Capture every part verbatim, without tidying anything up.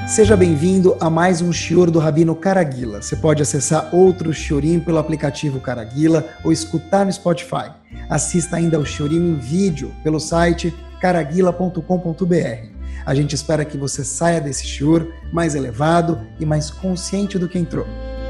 Seja bem-vindo a mais um shiur do Rabino Caraguila. Você pode acessar outro shiurim pelo aplicativo Caraguila ou escutar no Spotify. Assista ainda ao shiurim em vídeo pelo site caraguila ponto com ponto b r. A gente espera que você saia desse shiur mais elevado e mais consciente do que entrou.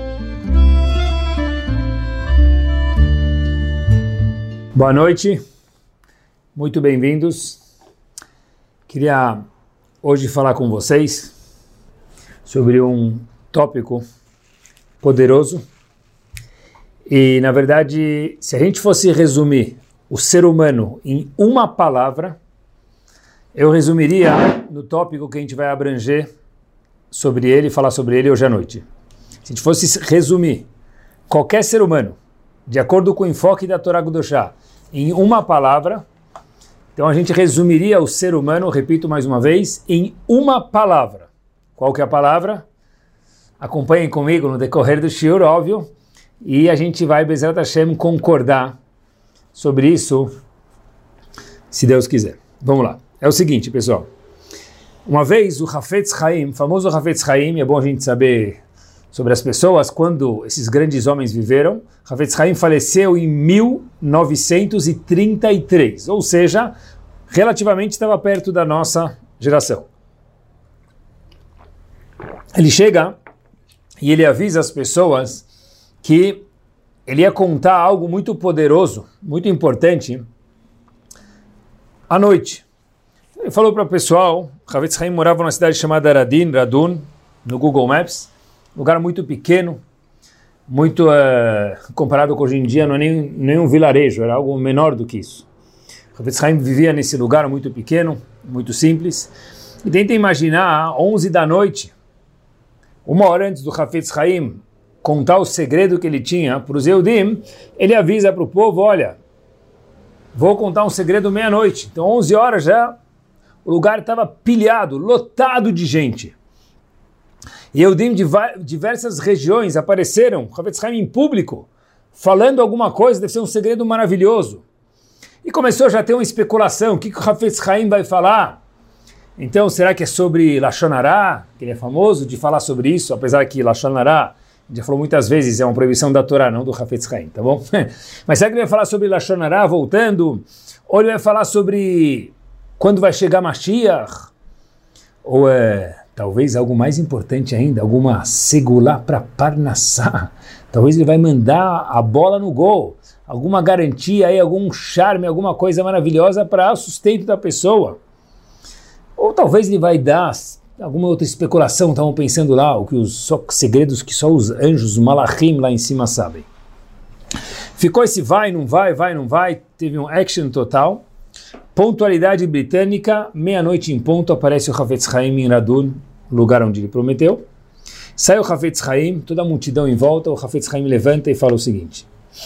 Boa noite, muito bem-vindos. Queria hoje falar com vocês sobre um tópico poderoso e, na verdade, se a gente fosse resumir o ser humano em uma palavra, eu resumiria no tópico que a gente vai abranger sobre ele e falar sobre ele hoje à noite. Se a gente fosse resumir qualquer ser humano, de acordo com o enfoque da Torá Kedoshá, em uma palavra, então a gente resumiria o ser humano, repito mais uma vez, em uma palavra. Qual que é a palavra? Acompanhem comigo no decorrer do shiur, óbvio, e a gente vai, Bezerra Hashem, concordar sobre isso, se Deus quiser. Vamos lá. É o seguinte, pessoal. Uma vez o Hafetz Chaim, famoso Hafetz Chaim, é bom a gente saber sobre as pessoas, quando esses grandes homens viveram. Hafetz Chaim faleceu em mil novecentos e trinta e três, ou seja, relativamente estava perto da nossa geração. Ele chega e ele avisa as pessoas que ele ia contar algo muito poderoso, muito importante, à noite. Ele falou para o pessoal, Hafetz Chaim morava numa cidade chamada Radin, Radun, no Google Maps, lugar muito pequeno, muito, uh, comparado com hoje em dia, não é nem, nem um vilarejo, era algo menor do que isso. Hafetz Chaim vivia nesse lugar muito pequeno, muito simples, e tenta imaginar, onze da noite, uma hora antes do Hafetz Chaim contar o segredo que ele tinha para os Yehudim, ele avisa para o povo, olha, vou contar um segredo meia-noite. Então, onze horas já, o lugar estava pilhado, lotado de gente. E Yehudim de diversas regiões apareceram, Hafetz Chaim em público, falando alguma coisa, deve ser um segredo maravilhoso. E começou já a ter uma especulação, o que, que o Hafetz Chaim vai falar? Então, será que é sobre Lashon Hara, que ele é famoso de falar sobre isso, apesar que Lashon Hara, já falou muitas vezes, é uma proibição da Torá, não do Hafetz Chaim, tá bom? Mas será que ele vai falar sobre Lashon Hara, voltando? Ou ele vai falar sobre quando vai chegar Mashiach? Ou é, talvez algo mais importante ainda, alguma segulá para Parnassá? Talvez ele vai mandar a bola no gol, alguma garantia aí, algum charme, alguma coisa maravilhosa para o sustento da pessoa. Ou talvez ele vai dar alguma outra especulação, estavam pensando lá, o que os só, segredos que só os anjos, os malachim lá em cima sabem. Ficou esse vai, não vai, vai, não vai, teve um action total. Pontualidade britânica, meia-noite em ponto, aparece o Hafetz Chaim em Radun, lugar onde ele prometeu. Sai o Hafetz Chaim, toda a multidão em volta, o Hafetz Chaim levanta e fala o seguinte.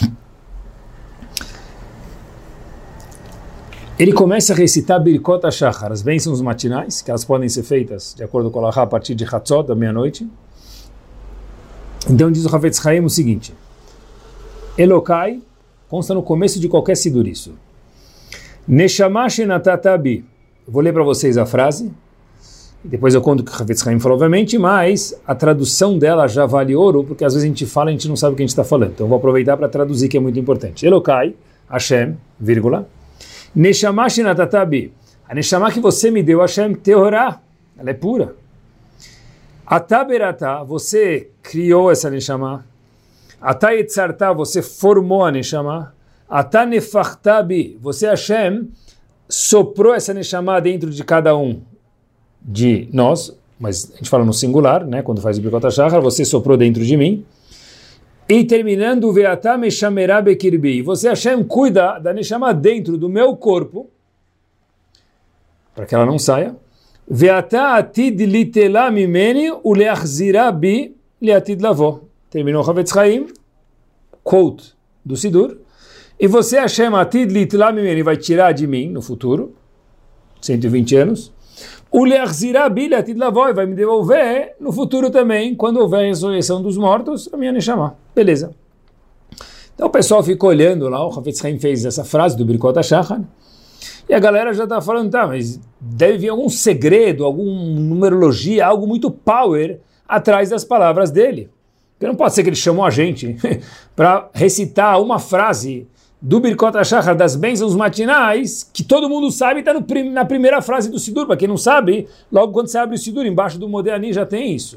Ele começa a recitar Birkot HaShachar, as bênçãos matinais, que elas podem ser feitas, de acordo com a Halachá, a partir de Hatzot, da meia-noite. Então diz o Hafetz Chaim o seguinte, Elokai, consta no começo de qualquer sidur isso. Neshama shenatata bi. Vou ler para vocês a frase, e depois eu conto o que o Hafetz Chaim falou, obviamente, mas a tradução dela já vale ouro, porque às vezes a gente fala e a gente não sabe o que a gente está falando. Então eu vou aproveitar para traduzir, que é muito importante. Elokai, Hashem, vírgula, Neshama shenatata bi. A Neshama que você me deu, Hashem, Teorá, ela é pura. Ata berata, você criou essa Neshama. Ata yetzarta, você formou a Neshama. Ata nefachta bi, você, Hashem, soprou essa Neshama dentro de cada um de nós, mas a gente fala no singular, né, quando faz o Birkot HaShachar, você soprou dentro de mim. E terminando, Ve'ata meshamera bekirbi, você, Hashem, cuida da Neshama dentro do meu corpo, para que ela não saia. Ve'ata atid litela mimeni uleachzira bi leatid lavo. Terminou o Hafetz Chaim, quote do Sidur. E você, Hashem, atid litela mimeni, vai tirar de mim no futuro, cento e vinte anos. Uleachzira bi leatid lavo, vai me devolver no futuro também, quando houver a ressurreição dos mortos, a minha Neshama. Beleza. Então o pessoal ficou olhando lá, o Hafetz Chaim fez essa frase do Birkot HaShachar, E a galera já está falando, tá, mas deve vir algum segredo, alguma numerologia, algo muito power atrás das palavras dele. Porque não pode ser que ele chamou a gente para recitar uma frase do Birkot HaShachar, das bênçãos matinais, que todo mundo sabe, está na primeira frase do Sidur. Para quem não sabe, logo quando você abre o Sidur, embaixo do Modeh já tem isso.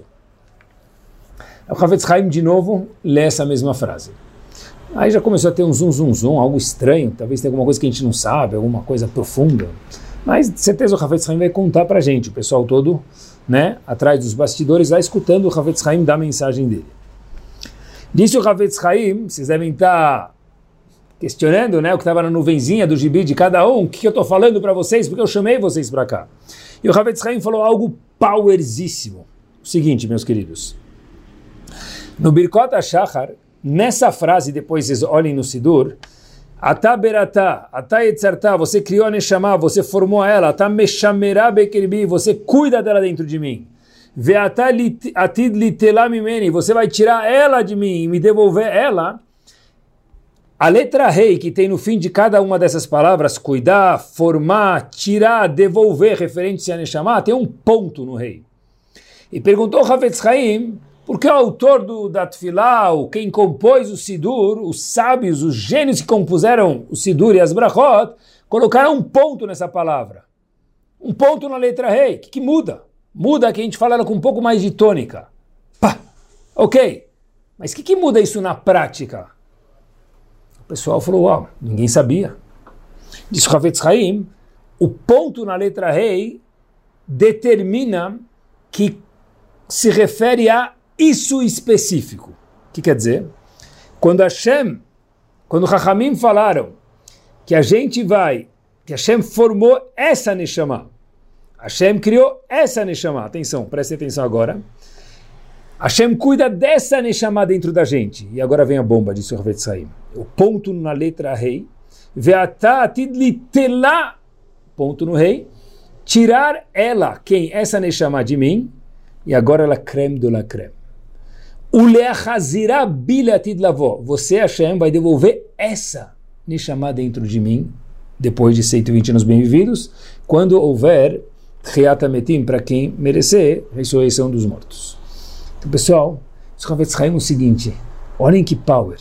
O Havetz Haim, de novo, lê essa mesma frase. Aí já começou a ter um zum, zum, zum, algo estranho, talvez tenha alguma coisa que a gente não sabe, alguma coisa profunda. Mas, de certeza, o Havetz Haim vai contar para a gente, o pessoal todo, né, atrás dos bastidores, lá escutando o Havetz Haim dar a mensagem dele. Disse o Havetz Haim, vocês devem estar questionando, né, o que estava na nuvenzinha do gibi de cada um, o que, que eu estou falando para vocês, porque eu chamei vocês para cá. E o Havetz Haim falou algo powerzíssimo. O seguinte, meus queridos, no Birkot HaShachar, nessa frase, depois vocês olhem no Sidur, Atá beratá, atá yetzartá, você criou a Neshama, você formou ela, atá meshamerá bekerbi, você cuida dela dentro de mim. Ve'atá atid litelá mimeni, você vai tirar ela de mim e me devolver ela. A letra rei que tem no fim de cada uma dessas palavras, cuidar, formar, tirar, devolver, referente a Neshama, tem um ponto no rei. E perguntou o Havetz Haim, porque o autor do, da Tfilá, quem compôs o Sidur, os sábios, os gênios que compuseram o Sidur e as Brachot, colocaram um ponto nessa palavra. Um ponto na letra rei. O que, que muda? Muda que a gente fala ela com um pouco mais de tônica. Pá! Ok. Mas o que, que muda isso na prática? O pessoal falou, uau, ninguém sabia. Disse o Havetz Haim, o ponto na letra rei determina que se refere a isso específico. O que quer dizer? Quando Hashem, quando Chachamim falaram que a gente vai, que Hashem formou essa Neshama, Hashem criou essa Neshama, atenção, preste atenção agora, Hashem cuida dessa Neshama dentro da gente. E agora vem a bomba, disse o Havetz Haim. O ponto na letra rei, Ve'atá atid litelá, ponto no rei, tirar ela, quem? Essa Neshama de mim, e agora ela creme de la creme. Você, Hashem, vai devolver essa Neshama dentro de mim, depois de cento e vinte anos bem-vividos, quando houver Tchiat HaMetim, para quem merecer, ressurreição dos mortos. Então, pessoal, o Havetz Haim é o seguinte, olhem que power.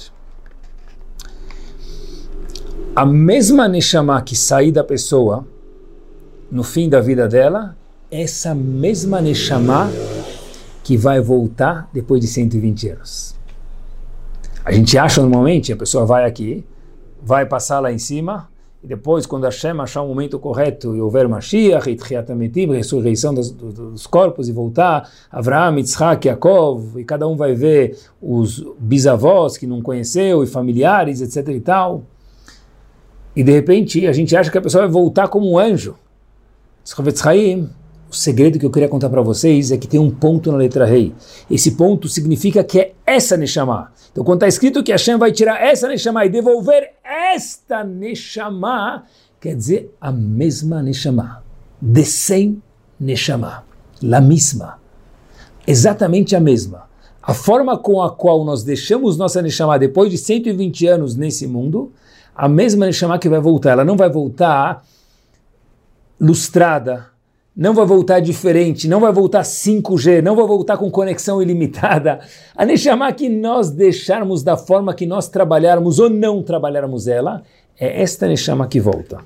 A mesma Neshama que sair da pessoa no fim da vida dela, essa mesma Neshama que vai voltar depois de cento e vinte anos. A gente acha normalmente, a pessoa vai aqui, vai passar lá em cima, e depois, quando Hashem achar o momento correto e houver Mashiach, e Tchiat HaMetim, ressurreição dos, dos, dos corpos, e voltar, Avraham, Yitzhak, Yaakov, e cada um vai ver os bisavós que não conheceu, e familiares, etc e tal. E de repente, a gente acha que a pessoa vai voltar como um anjo. Havetz Haim, o segredo que eu queria contar para vocês é que tem um ponto na letra rei. Esse ponto significa que é essa Neshama. Então, quando está escrito que Hashem vai tirar essa Neshama e devolver esta Neshama, quer dizer a mesma Neshama. De cem Neshama. La mesma. Exatamente a mesma. A forma com a qual nós deixamos nossa Neshama depois de cento e vinte anos nesse mundo, a mesma Neshama que vai voltar. Ela não vai voltar lustrada, não vai voltar diferente, não vai voltar cinco G, não vai voltar com conexão ilimitada. A Neshama que nós deixarmos da forma que nós trabalharmos ou não trabalharmos ela, é esta Neshama que volta.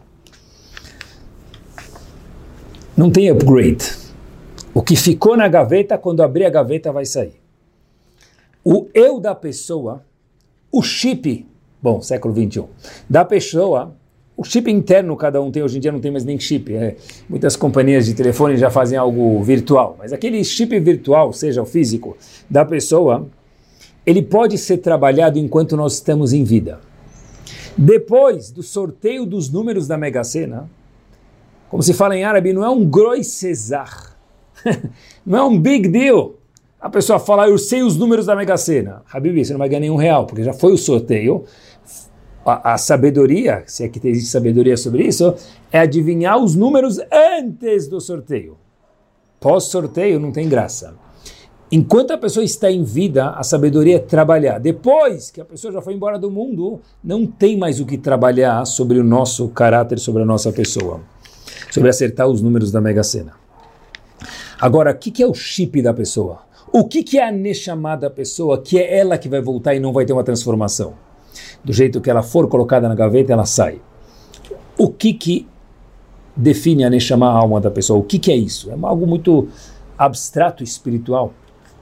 Não tem upgrade. O que ficou na gaveta, quando abrir a gaveta vai sair. O eu da pessoa, o chip, bom, século vinte e um, da pessoa, o chip interno cada um tem, hoje em dia não tem mais nem chip, é, muitas companhias de telefone já fazem algo virtual, mas aquele chip virtual, seja o físico, da pessoa, ele pode ser trabalhado enquanto nós estamos em vida. Depois do sorteio dos números da Mega Sena, como se fala em árabe, não é um groi cesar, não é um big deal. A pessoa fala, eu sei os números da Mega Sena. Habibi, você não vai ganhar nenhum real, porque já foi o sorteio. A, a sabedoria, se é que existe sabedoria sobre isso, é adivinhar os números antes do sorteio. Pós-sorteio não tem graça. Enquanto a pessoa está em vida, a sabedoria é trabalhar. Depois que a pessoa já foi embora do mundo, não tem mais o que trabalhar sobre o nosso caráter, sobre a nossa pessoa, sobre acertar os números da Mega Sena. Agora, o que, que é o chip da pessoa? O que, que é a Neshama da pessoa, que é ela que vai voltar e não vai ter uma transformação? Do jeito que ela for colocada na gaveta, ela sai. O que que define a Neshama, a alma da pessoa? O que que é isso? É algo muito abstrato, espiritual.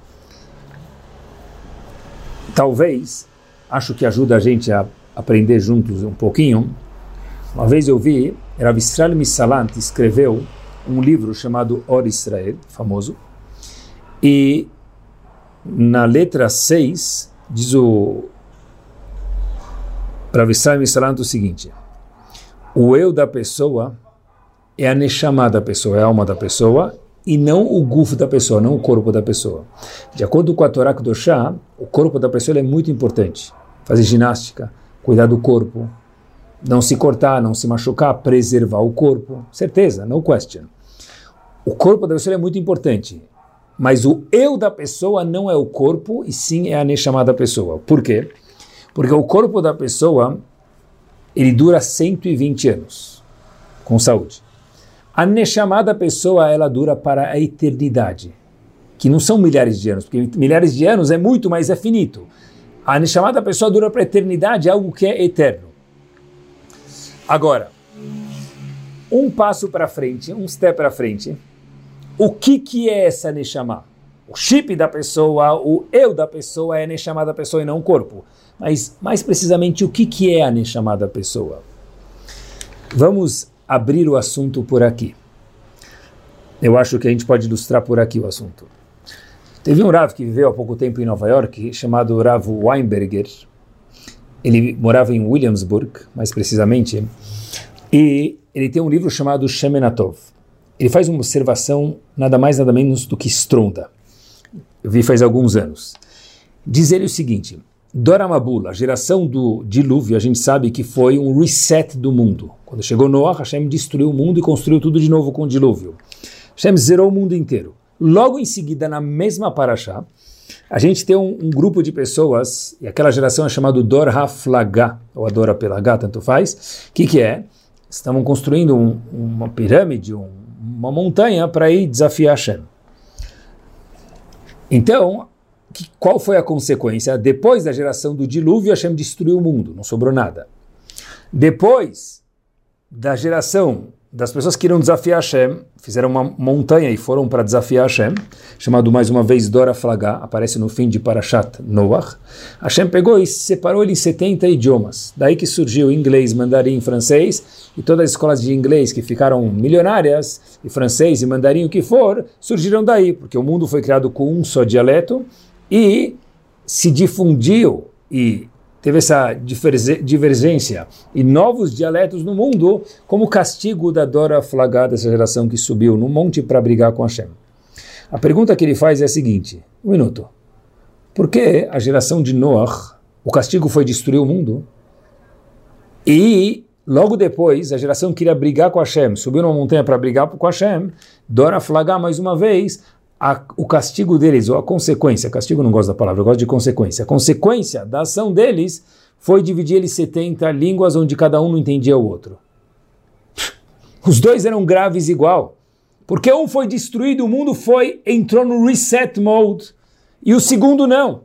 Talvez, acho que ajuda a gente a aprender juntos um pouquinho. Uma vez eu vi, Rav Israel Misalant escreveu um livro chamado Or Israel, famoso, e na letra seis diz o Rav Israel Misalant o seguinte: o eu da pessoa é a Neshama da pessoa, é a alma da pessoa, e não o guf da pessoa, não o corpo da pessoa. De acordo com a Torá Kedoshá, o corpo da pessoa é muito importante. Fazer ginástica, cuidar do corpo, não se cortar, não se machucar, preservar o corpo. Certeza, no question. O corpo da pessoa é muito importante, mas o eu da pessoa não é o corpo, e sim é a Neshama da pessoa. Por quê? Porque o corpo da pessoa, ele dura cento e vinte anos, com saúde. A Neshama da pessoa, ela dura para a eternidade, que não são milhares de anos, porque milhares de anos é muito, mas é finito. A Neshama da pessoa dura para a eternidade, algo que é eterno. Agora, um passo para frente, um step para frente, o que que é essa Neshama? O chip da pessoa, o eu da pessoa é a Neshama da pessoa e não o corpo. Mas, mais precisamente, o que que é a Neshama da pessoa? Vamos abrir o assunto por aqui. Eu acho que a gente pode ilustrar por aqui o assunto. Teve um Rav que viveu há pouco tempo em Nova York, chamado Rav Weinberger. Ele morava em Williamsburg, mais precisamente, e ele tem um livro chamado Shemenatov. Ele faz uma observação nada mais nada menos do que estronda. Eu vi faz alguns anos. Diz ele o seguinte: Dora Mabul, a geração do dilúvio, a gente sabe que foi um reset do mundo. Quando chegou Noah, Hashem destruiu o mundo e construiu tudo de novo com o dilúvio. Hashem zerou o mundo inteiro. Logo em seguida, na mesma paraxá, a gente tem um, um grupo de pessoas, e aquela geração é chamada Dor HaFlagá, ou a Dora pela H, tanto faz. O que, que é? Estavam construindo um, uma pirâmide, um, uma montanha para ir desafiar Hashem. Então, que, qual foi a consequência? Depois da geração do dilúvio, Hashem destruiu o mundo, não sobrou nada. Depois da geração das pessoas que iriam desafiar Hashem, fizeram uma montanha e foram para desafiar Hashem, chamado mais uma vez Dora Flagá, aparece no fim de Parashat Noach. Hashem pegou e separou ele em setenta idiomas. Daí que surgiu inglês, mandarim, francês, e todas as escolas de inglês que ficaram milionárias, e francês e mandarim, o que for, surgiram daí, porque o mundo foi criado com um só dialeto, e se difundiu e teve essa divergência e novos dialetos no mundo como castigo da Dora Flagá, dessa geração que subiu no monte para brigar com Hashem. A pergunta que ele faz é a seguinte: um minuto, por que a geração de Noach, o castigo foi destruir o mundo, e logo depois a geração que queria brigar com Hashem, subiu numa montanha para brigar com Hashem, Dora Flagá mais uma vez, A, o castigo deles, ou a consequência, castigo não gosto da palavra, eu gosto de consequência, a consequência da ação deles foi dividir eles em setenta línguas onde cada um não entendia o outro. Os dois eram graves igual, porque um foi destruído, o mundo foi, entrou no reset mode, e o segundo não.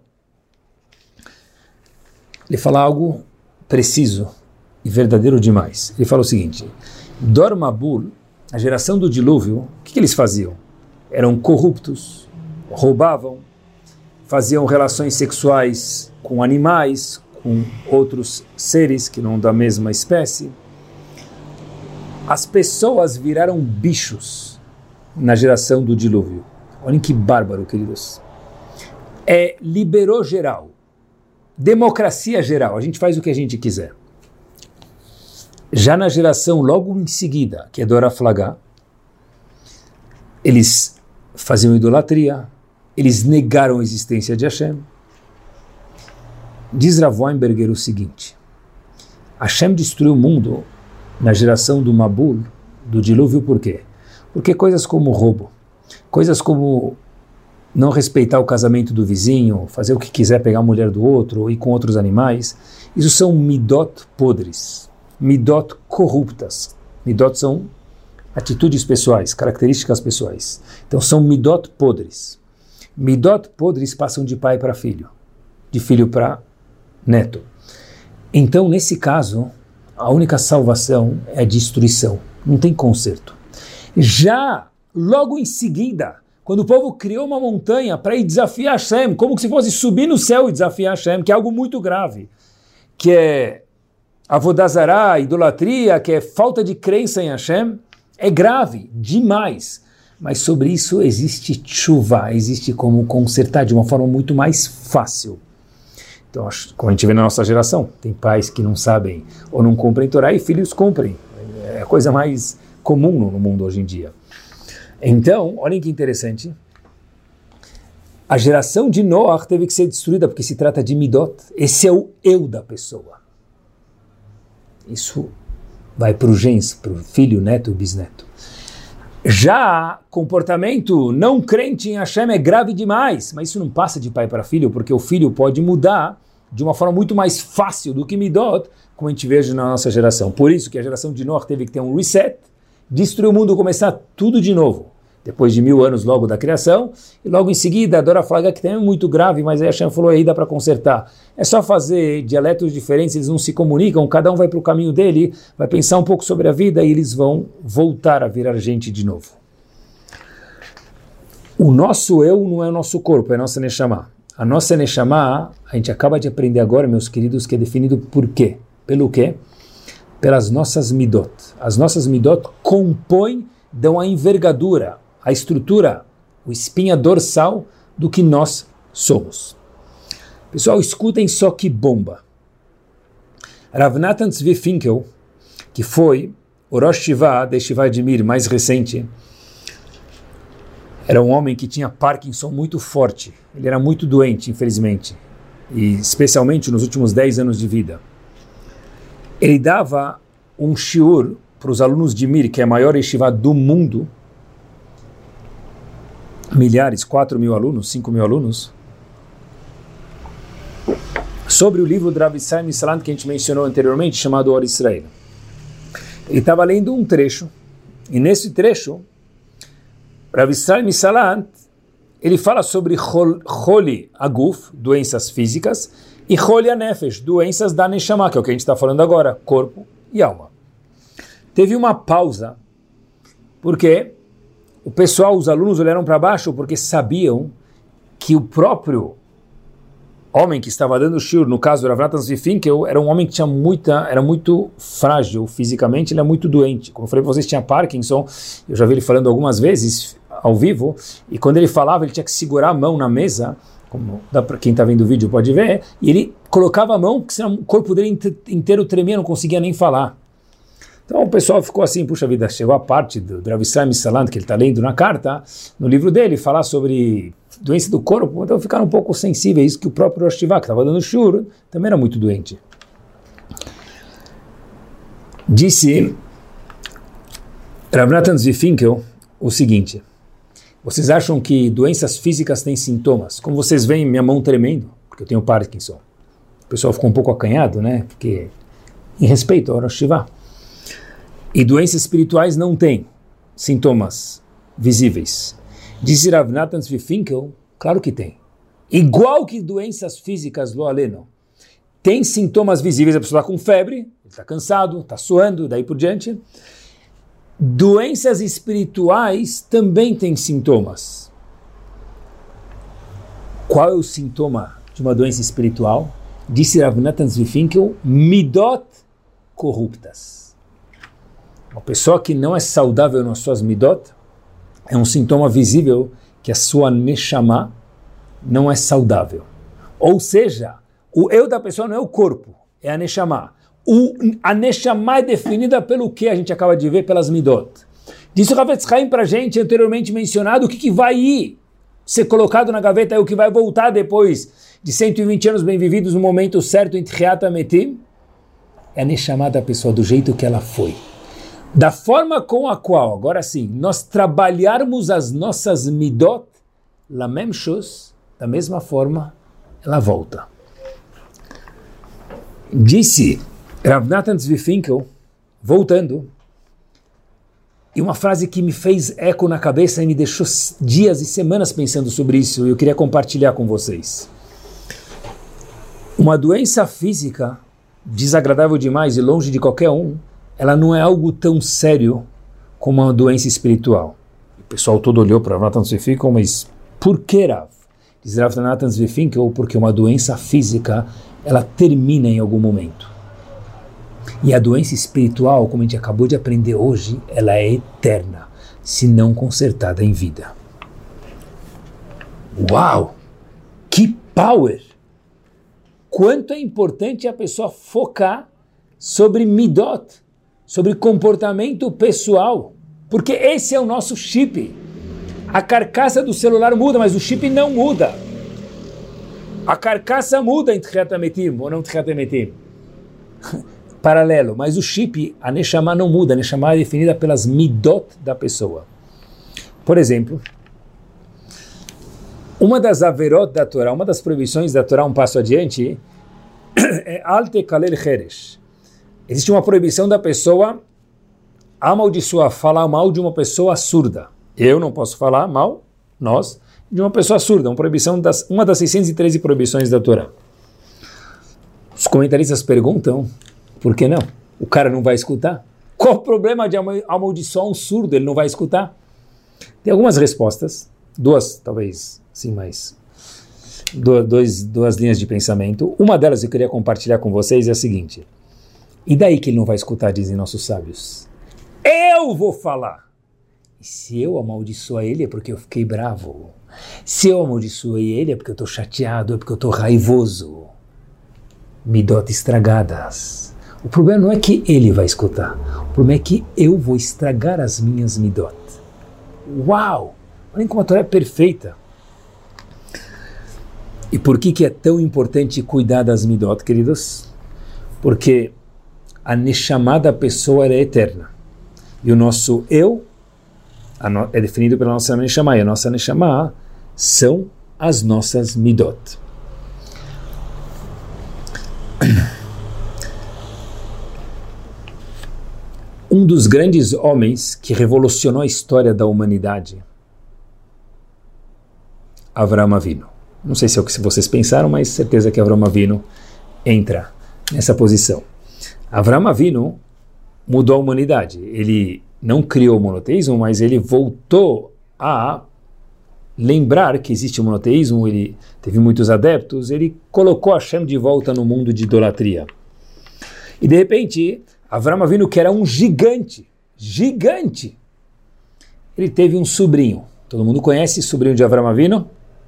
Ele fala algo preciso e verdadeiro demais. Ele fala o seguinte: Dor Mabul, a geração do dilúvio, o que, que eles faziam? Eram corruptos, roubavam, faziam relações sexuais com animais, com outros seres que não da mesma espécie. As pessoas viraram bichos na geração do dilúvio. Olhem que bárbaro, queridos. É, liberou geral. Democracia geral. A gente faz o que a gente quiser. Já na geração logo em seguida, que é Dora Flagá, eles faziam idolatria, eles negaram a existência de Hashem. Diz Rav Weinberger o seguinte: Hashem destruiu o mundo na geração do Mabul, do dilúvio, por quê? Porque coisas como roubo, coisas como não respeitar o casamento do vizinho, fazer o que quiser, pegar a mulher do outro, ou ir com outros animais, isso são midot podres, midot corruptas. Midot são atitudes pessoais, características pessoais. Então são midot podres. Midot podres passam de pai para filho, de filho para neto. Então, nesse caso, a única salvação é a destruição, não tem conserto. Já logo em seguida, quando o povo criou uma montanha para ir desafiar Hashem, como se fosse subir no céu e desafiar Hashem, que é algo muito grave, que é Avodah Zará, idolatria, que é falta de crença em Hashem, é grave demais. Mas sobre isso existe tshuva, existe como consertar de uma forma muito mais fácil. Então, como a gente vê na nossa geração, tem pais que não sabem ou não cumprem Torá e filhos cumprem. É a coisa mais comum no mundo hoje em dia. Então, olhem que interessante, a geração de Noach teve que ser destruída porque se trata de midot. Esse é o eu da pessoa. Isso vai para o gens, para o filho, neto e bisneto. Já comportamento não crente em Hashem é grave demais, mas isso não passa de pai para filho, porque o filho pode mudar de uma forma muito mais fácil do que midot, como a gente vê na nossa geração. Por isso que a geração de Noach teve que ter um reset, destruir o mundo, começar tudo de novo. Depois de mil anos logo da criação, e logo em seguida a Dora Flaga, que também é muito grave, mas aí a Hashem falou, aí dá para consertar. É só fazer dialetos diferentes, eles não se comunicam, cada um vai para o caminho dele, vai pensar um pouco sobre a vida e eles vão voltar a virar gente de novo. O nosso eu não é o nosso corpo, é a nossa Neshama. A nossa Neshama, a gente acaba de aprender agora, meus queridos, que é definido por quê? Pelo quê? Pelas nossas midot. As nossas midot compõem, dão a envergadura, a estrutura, o espinha dorsal do que nós somos. Pessoal, escutem só que bomba. Rav Natan Tzvi Finkel, que foi o Rosh Shiva da Yeshiva de Mir mais recente, era um homem que tinha Parkinson muito forte. Ele era muito doente, infelizmente, e especialmente nos últimos dez anos de vida. Ele dava um shiur para os alunos de Mir, que é a maior yeshiva do mundo, milhares, quatro mil alunos, cinco mil alunos, sobre o livro do Rav Israel Misalant que a gente mencionou anteriormente, chamado Or Israel. Ele estava lendo um trecho, e nesse trecho, Rav Israel Misalant, ele fala sobre Choli Aguf, doenças físicas, e Choli Anefesh, doenças da Neshama, que é o que a gente está falando agora, corpo e alma. Teve uma pausa, porque o pessoal, os alunos olharam para baixo porque sabiam que o próprio homem que estava dando o shiur, no caso do Rav Natan Tzvi Finkel, era um homem que tinha muita, era muito frágil fisicamente, ele é muito doente. Como eu falei para vocês, tinha Parkinson, eu já vi ele falando algumas vezes ao vivo, e quando ele falava, ele tinha que segurar a mão na mesa, como dá para quem está vendo o vídeo pode ver, e ele colocava a mão, porque senão o corpo dele inteiro tremia, não conseguia nem falar. Então o pessoal ficou assim, puxa vida, chegou a parte do Rav Israel Misalant, que ele está lendo na carta, no livro dele, falar sobre doença do corpo, então ficaram um pouco sensíveis, que o próprio Rosh Shiva, que estava dando shur, também era muito doente. Disse Rav Natan Tzvi Finkel o seguinte: vocês acham que doenças físicas têm sintomas? Como vocês veem minha mão tremendo, porque eu tenho Parkinson. O pessoal ficou um pouco acanhado, né? Porque, em respeito ao Rosh Shiva. E doenças espirituais não têm sintomas visíveis. Disse Rav Natan Tzvi Finkel, claro que tem. Igual que doenças físicas, lo aleno, tem sintomas visíveis, a pessoa está com febre, ele está cansado, está suando, daí por diante. Doenças espirituais também têm sintomas. Qual é o sintoma de uma doença espiritual? Disse Rav Natan Tzvi Finkel, midot corruptas. Uma pessoa que não é saudável nas suas midot é um sintoma visível que a sua neshama não é saudável. Ou seja, o eu da pessoa não é o corpo, é a neshama. O, a neshama é definida pelo que a gente acaba de ver, pelas midot. Disse o Havetz Chaim para a gente, anteriormente mencionado, o que, que vai ir ser colocado na gaveta e o que vai voltar depois de cento e vinte anos bem vividos no momento certo em Tchiat HaMetim, é a neshama da pessoa, do jeito que ela foi. Da forma com a qual, agora sim, nós trabalharmos as nossas midot, la même chose, da mesma forma, ela volta. Disse Rav Natan Tzvi Finkel, voltando, e uma frase que me fez eco na cabeça e me deixou dias e semanas pensando sobre isso, e eu queria compartilhar com vocês. Uma doença física, desagradável demais e longe de qualquer um, ela não é algo tão sério como uma doença espiritual. O pessoal todo olhou para Rav Natan Tzvi Finkel, mas por que, Rav? Diz Rav Natan Tzvi Finkel, porque uma doença física, ela termina em algum momento. E a doença espiritual, como a gente acabou de aprender hoje, ela é eterna, se não consertada em vida. Uau! Que power! Quanto é importante a pessoa focar sobre midot, sobre comportamento pessoal, porque esse é o nosso chip. A carcaça do celular muda, mas o chip não muda. A carcaça muda em Tchiat HaMetim, ou não Tchiat HaMetim. Paralelo, mas o chip, a Neshama não muda, a Neshama é definida pelas midot da pessoa. Por exemplo, uma das averot da Torá, uma das proibições da Torá, um passo adiante, é Al Tekalel Cheresh. Existe uma proibição da pessoa amaldiçoar, falar mal de uma pessoa surda. Eu não posso falar mal, nós, de uma pessoa surda, uma proibição das, uma das seiscentas e treze proibições da Torá. Os comentaristas perguntam, por que não? O cara não vai escutar? Qual o problema de amaldiçoar um surdo? Ele não vai escutar? Tem algumas respostas, duas, talvez, sim, mais, duas, duas linhas de pensamento. Uma delas eu queria compartilhar com vocês é a seguinte. E daí que ele não vai escutar, dizem nossos sábios? Eu vou falar! E se eu amaldiçoar ele é porque eu fiquei bravo. Se eu amaldiçoei ele é porque eu estou chateado, é porque eu estou raivoso. Midot estragadas. O problema não é que ele vai escutar. O problema é que eu vou estragar as minhas midot. Uau! Olhem como a Torá é perfeita. E por que, que é tão importante cuidar das midot, queridos? Porque a neshama da pessoa é eterna. E o nosso eu no, é definido pela nossa neshama. E a nossa neshama são as nossas midot. Um dos grandes homens que revolucionou a história da humanidade, Avraham Avinu. Não sei se é o que vocês pensaram, mas certeza que Avraham Avinu entra nessa posição. Avraham Avinu mudou a humanidade. Ele não criou o monoteísmo, mas ele voltou a lembrar que existe o monoteísmo, ele teve muitos adeptos, ele colocou Hashem de volta no mundo de idolatria. E de repente, Avraham Avinu, que era um gigante, gigante, ele teve um sobrinho. Todo mundo conhece o sobrinho de Avraham Avinu?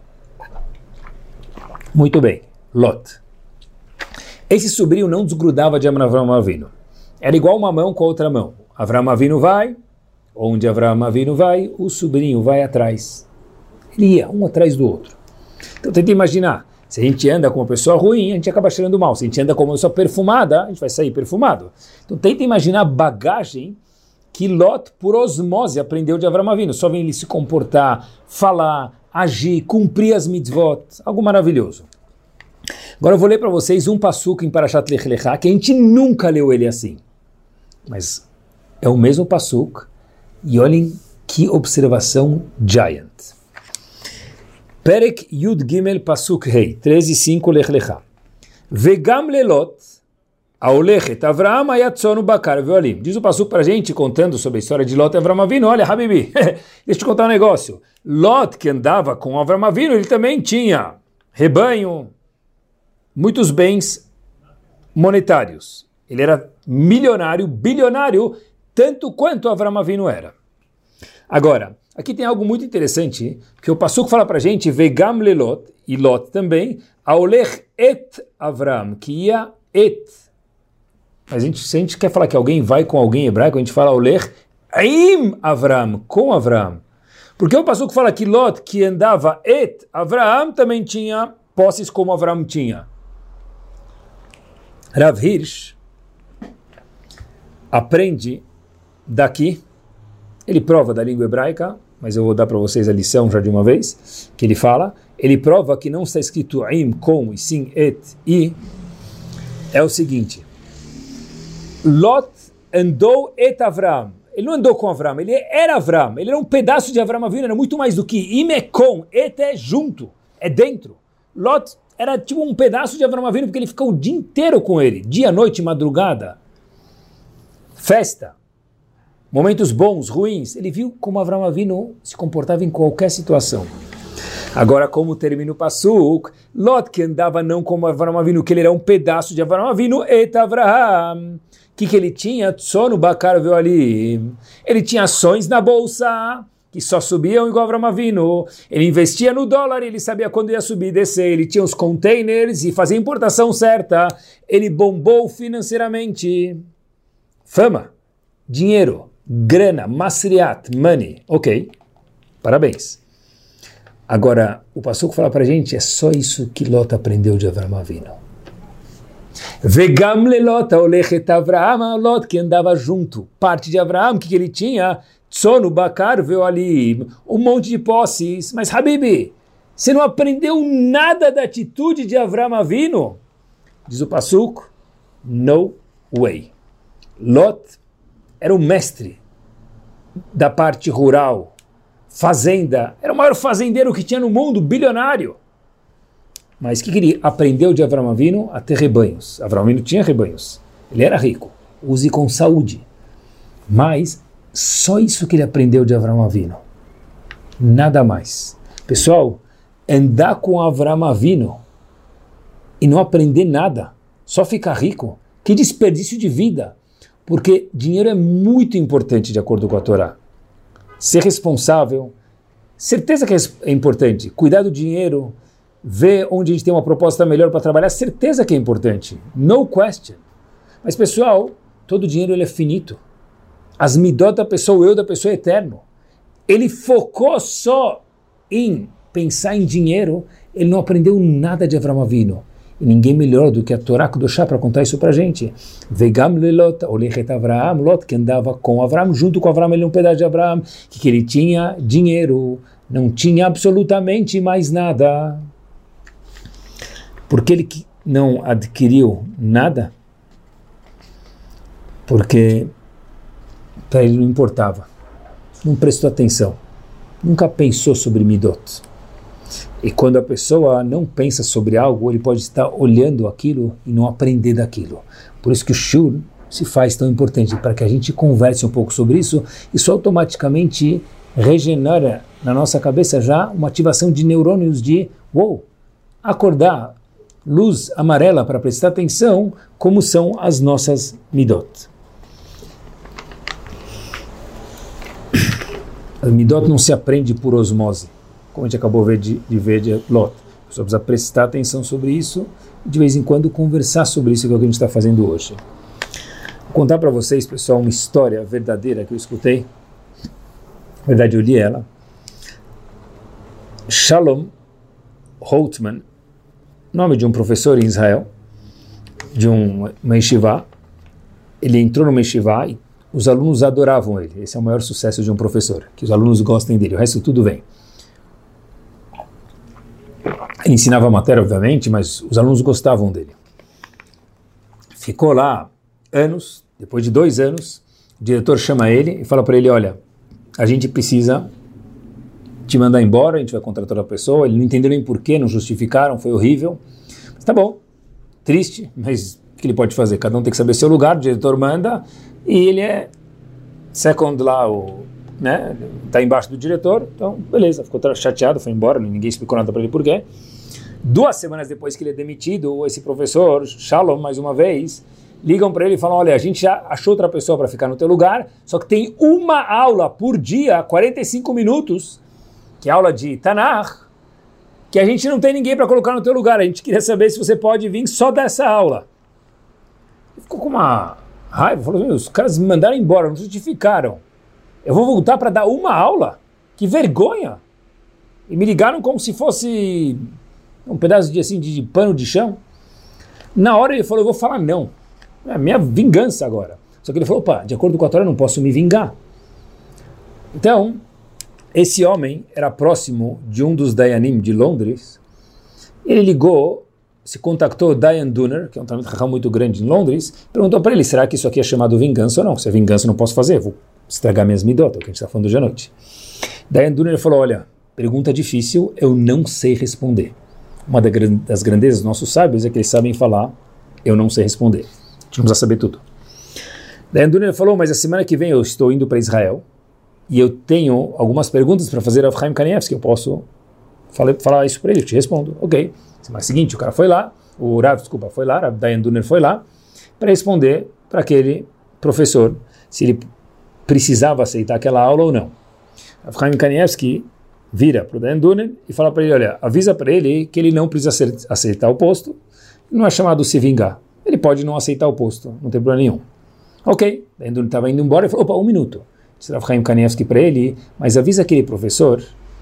Muito bem, Lot. Esse sobrinho não desgrudava de Avraham Avinu. Era igual uma mão com a outra mão. Avraham Avinu vai, onde Avraham Avinu vai, o sobrinho vai atrás. Ele ia um atrás do outro. Então tenta imaginar, se a gente anda com uma pessoa ruim, a gente acaba cheirando mal. Se a gente anda com uma pessoa perfumada, a gente vai sair perfumado. Então tenta imaginar a bagagem que Lot, por osmose, aprendeu de Avraham Avinu. Só vem ele se comportar, falar, agir, cumprir as mitzvot. Algo maravilhoso. Agora eu vou ler para vocês um passuco em Parashat Lech Lecha, que a gente nunca leu ele assim. Mas é o mesmo passuco. E olhem que observação giant. Perek Yud Gimel Pasuk Hei, treze e cinco Lech Lecha. Vegam lelot, aolechet Avraham ayatzonu bakar veolim. Diz o pasuk para a gente, contando sobre a história de Lot e Avraham Avinu. Olha, Habibi, deixa eu te contar um negócio. Lot, que andava com Avraham Avinu, ele também tinha rebanho, muitos bens monetários. Ele era milionário, bilionário, tanto quanto Avraham Avinu era. Agora, aqui tem algo muito interessante, que o passuco fala para a gente, Vegam lelot, e Lot também, aolech et Avraham, que ia et. Mas a gente, se a gente quer falar que alguém vai com alguém hebraico, a gente fala aolech im Avraham, com Avraham. Porque o passuco fala que Lot, que andava et Avraham, também tinha posses como Avraham tinha. Rav Hirsch aprende daqui, ele prova da língua hebraica, mas eu vou dar para vocês a lição já de uma vez, que ele fala, ele prova que não está escrito im, com, e sim et, e, é o seguinte, Lot andou et Avram, ele não andou com Avram, ele era Avram, ele era um pedaço de Avram Avinu, era muito mais do que im é com, et é junto, é dentro. Lot era tipo um pedaço de Avram Avinu, porque ele ficou o dia inteiro com ele, dia, noite, madrugada, festa, momentos bons, ruins, ele viu como Avram Avinu se comportava em qualquer situação. Agora, como termina o Passuk, Lot que andava não como Avram Avinu, que ele era um pedaço de Avram Avinu, et Avraham. O que, que ele tinha? Só no Bakar viu ali. Ele tinha ações na bolsa, que só subiam igual Avram Avinu. Ele investia no dólar, ele sabia quando ia subir e descer. Ele tinha os containers e fazia a importação certa. Ele bombou financeiramente. Fama, dinheiro, grana, masriat, money. Ok, parabéns. Agora, o Passuco fala para a gente, é só isso que Lot aprendeu de Avram Avinu. Vegam lelot olechet Avraham, Lot que andava junto, parte de Avraham, que, que ele tinha, Tsono, Bakar, veio ali, um monte de posses, mas Habibi, você não aprendeu nada da atitude de Avram Avinu? Diz o Passuco, no way. Lot era o mestre da parte rural, fazenda, era o maior fazendeiro que tinha no mundo, bilionário. Mas o que, que ele aprendeu de Avram Avinu? A ter rebanhos. Avram Avinu tinha rebanhos. Ele era rico. Use com saúde. Mas só isso que ele aprendeu de Avram Avinu. Nada mais. Pessoal, andar com Avram Avinu e não aprender nada, só ficar rico, que desperdício de vida. Porque dinheiro é muito importante de acordo com a Torá. Ser responsável, certeza que é importante. Cuidar do dinheiro, ver onde a gente tem uma proposta melhor para trabalhar, certeza que é importante. No question. Mas pessoal, todo dinheiro ele é finito. As midot da pessoa, o eu da pessoa é eterno. Ele focou só em pensar em dinheiro, ele não aprendeu nada de Avram Avinu. E ninguém melhor do que a Torá Kedoshá para contar isso para a gente. Vegam lelot, olechet Avraham, Lot que andava com Avram, junto com Avram, ele é um pedaço de Avram, que, que ele tinha dinheiro, não tinha absolutamente mais nada. Por que ele não adquiriu nada? Porque para ele não importava, não prestou atenção, nunca pensou sobre midot. E quando a pessoa não pensa sobre algo, ele pode estar olhando aquilo e não aprender daquilo. Por isso que o shur se faz tão importante, para que a gente converse um pouco sobre isso, isso automaticamente regenera na nossa cabeça já uma ativação de neurônios de, uou, acordar, luz amarela para prestar atenção como são as nossas midot. A midot não se aprende por osmose, como a gente acabou de, de ver de Lot. A pessoa precisa prestar atenção sobre isso e de vez em quando conversar sobre isso, que é o que a gente está fazendo hoje. Vou contar para vocês, pessoal, uma história verdadeira que eu escutei. Na verdade, eu li ela. Shalom Holtman, nome de um professor em Israel, de um, uma yeshiva. Ele entrou numa yeshiva e os alunos adoravam ele. Esse é o maior sucesso de um professor, que os alunos gostem dele, o resto tudo vem. Ele ensinava a matéria, obviamente, mas os alunos gostavam dele. Ficou lá anos, depois de dois anos, o diretor chama ele e fala para ele, olha, a gente precisa te mandar embora, a gente vai contratar outra pessoa. Ele não entendeu nem porquê, não justificaram, foi horrível. Mas tá bom, triste, mas o que ele pode fazer? Cada um tem que saber seu lugar, o diretor manda, e ele é second lá, o, né, tá embaixo do diretor, então beleza, ficou chateado, foi embora, ninguém explicou nada para ele porquê. Duas semanas depois que ele é demitido, esse professor, Shalom, mais uma vez, ligam para ele e falam, olha, a gente já achou outra pessoa para ficar no teu lugar, só que tem uma aula por dia, quarenta e cinco minutos, que é aula de Tanakh, que a gente não tem ninguém para colocar no teu lugar, a gente queria saber se você pode vir só dessa aula. Ele ficou com uma raiva, falou, os caras me mandaram embora, não justificaram. Eu vou voltar para dar uma aula? Que vergonha! E me ligaram como se fosse um pedaço de, assim, de, de pano de chão. Na hora ele falou, eu vou falar não. É a minha vingança agora. Só que ele falou, opa, de acordo com a Torá eu não posso me vingar. Então, esse homem era próximo de um dos Dayanim de Londres. Ele ligou, se contactou Dayan Dunner, que é um Talmid Chacham muito grande em Londres, perguntou para ele, será que isso aqui é chamado vingança ou não? Se é vingança eu não posso fazer, vou estragar minhas midot, é o que a gente está falando hoje à noite. Dayan Dunner falou, olha, pergunta difícil, eu não sei responder. Uma das grandezas dos nossos sábios é que eles sabem falar, eu não sei responder. A gente não precisa saber tudo. Dayan Dunner falou, mas a semana que vem eu estou indo para Israel e eu tenho algumas perguntas para fazer ao Chaim Kanievski, eu posso falar, falar isso para ele, eu te respondo. Ok. Semana seguinte o cara foi lá, o Rav, desculpa, foi lá, Rav Dayan Dunner foi lá para responder para aquele professor se ele precisava aceitar aquela aula ou não. O Chaim Kanievski vira para o Dayan Dunner e fala para ele, olha, avisa para ele que ele não precisa aceitar o posto, não é chamado se vingar, ele pode não aceitar o posto, não tem problema nenhum. Ok, Dayan Dunner estava indo embora e falou, opa, um minuto, disse o Chaim Kanievski para ele, mas avisa aquele professor,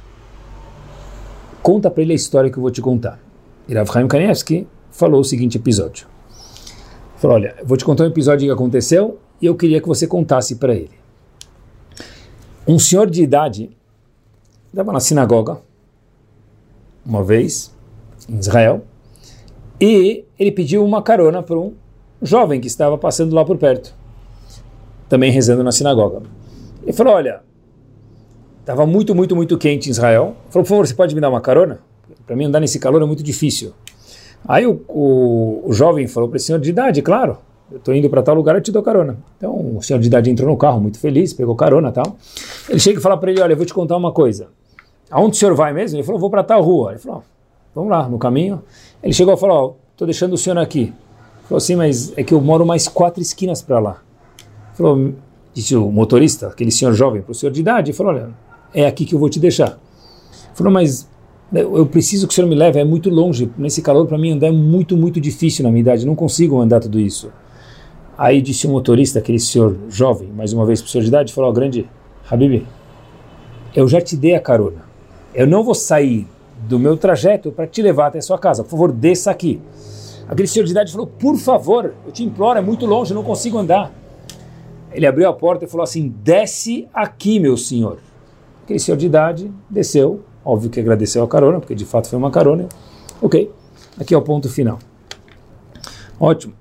conta para ele a história que eu vou te contar. E Rav Chaim Kanievski falou o seguinte episódio, falou, olha, eu vou te contar um episódio que aconteceu e eu queria que você contasse para ele. Um senhor de idade estava na sinagoga, uma vez, em Israel, e ele pediu uma carona para um jovem que estava passando lá por perto, também rezando na sinagoga. Ele falou, olha, estava muito, muito, muito quente em Israel, falou, por favor, você pode me dar uma carona? Para mim andar nesse calor é muito difícil. Aí o, o, o jovem falou para esse senhor de idade, claro, eu estou indo para tal lugar, eu te dou carona. Então o senhor de idade entrou no carro, muito feliz, pegou carona e tal. Ele chega e fala para ele, olha, eu vou te contar uma coisa. Aonde o senhor vai mesmo? Ele falou, vou para tal rua. Ele falou, vamos lá, no caminho. Ele chegou e falou, estou deixando o senhor aqui. Ele falou assim, mas é que eu moro mais quatro esquinas para lá. Ele falou, disse o motorista, aquele senhor jovem, para o senhor de idade, ele falou, olha, é aqui que eu vou te deixar. Ele falou, mas eu preciso que o senhor me leve, é muito longe, nesse calor para mim andar é muito, muito difícil na minha idade, não consigo andar tudo isso. Aí disse o motorista, aquele senhor jovem, mais uma vez para o senhor de idade, falou, oh, grande Habibi, eu já te dei a carona, eu não vou sair do meu trajeto para te levar até a sua casa, por favor, desça aqui. Aquele senhor de idade falou, por favor, eu te imploro, é muito longe, eu não consigo andar. Ele abriu a porta e falou assim, desce aqui, meu senhor. Aquele senhor de idade desceu, óbvio que agradeceu a carona, porque de fato foi uma carona. Ok, aqui é o ponto final. Ótimo.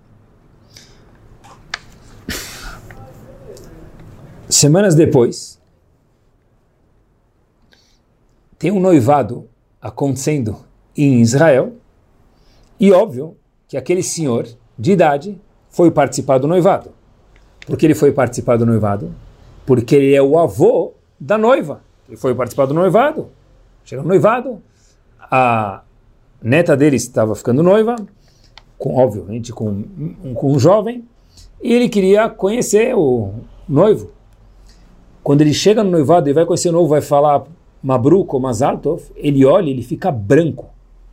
Semanas depois, tem um noivado acontecendo em Israel, e óbvio que aquele senhor de idade foi participar do noivado. Por que ele foi participar do noivado? Porque ele é o avô da noiva. Ele foi participar do noivado. Chegou no noivado, a neta dele estava ficando noiva, com, obviamente com um, com um jovem, e ele queria conhecer o noivo. Quando ele chega no noivado e vai conhecer o noivo, vai falar Mabruk ou Mazal Tov, ele olha e ele fica branco.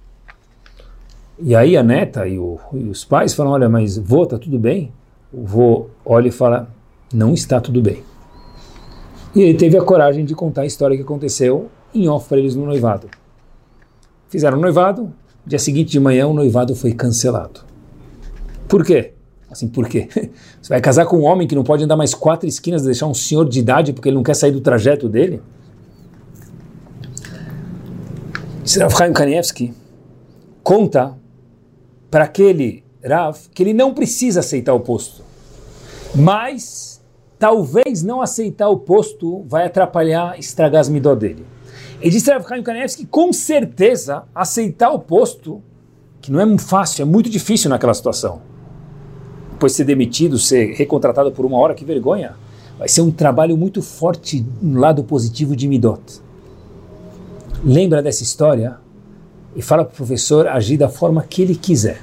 E aí a neta e, o, e os pais falam, olha, mas vô, tá tudo bem? O vô olha e fala, não está tudo bem. E ele teve a coragem de contar a história que aconteceu em off para eles no noivado. Fizeram o noivado, dia seguinte de manhã o noivado foi cancelado. Por quê? Assim, por quê? Você vai casar com um homem que não pode andar mais quatro esquinas, deixar um senhor de idade porque ele não quer sair do trajeto dele? Rav Chaim Kanievski conta para aquele Rav que ele não precisa aceitar o posto, mas talvez não aceitar o posto vai atrapalhar, estragar as midot dele. E disse Rav Chaim Kanievski que com certeza aceitar o posto, que não é fácil, é muito difícil naquela situação, depois de ser demitido, ser recontratado por uma hora, que vergonha, vai ser um trabalho muito forte no lado positivo de midot. Lembra dessa história e fala para o professor agir da forma que ele quiser.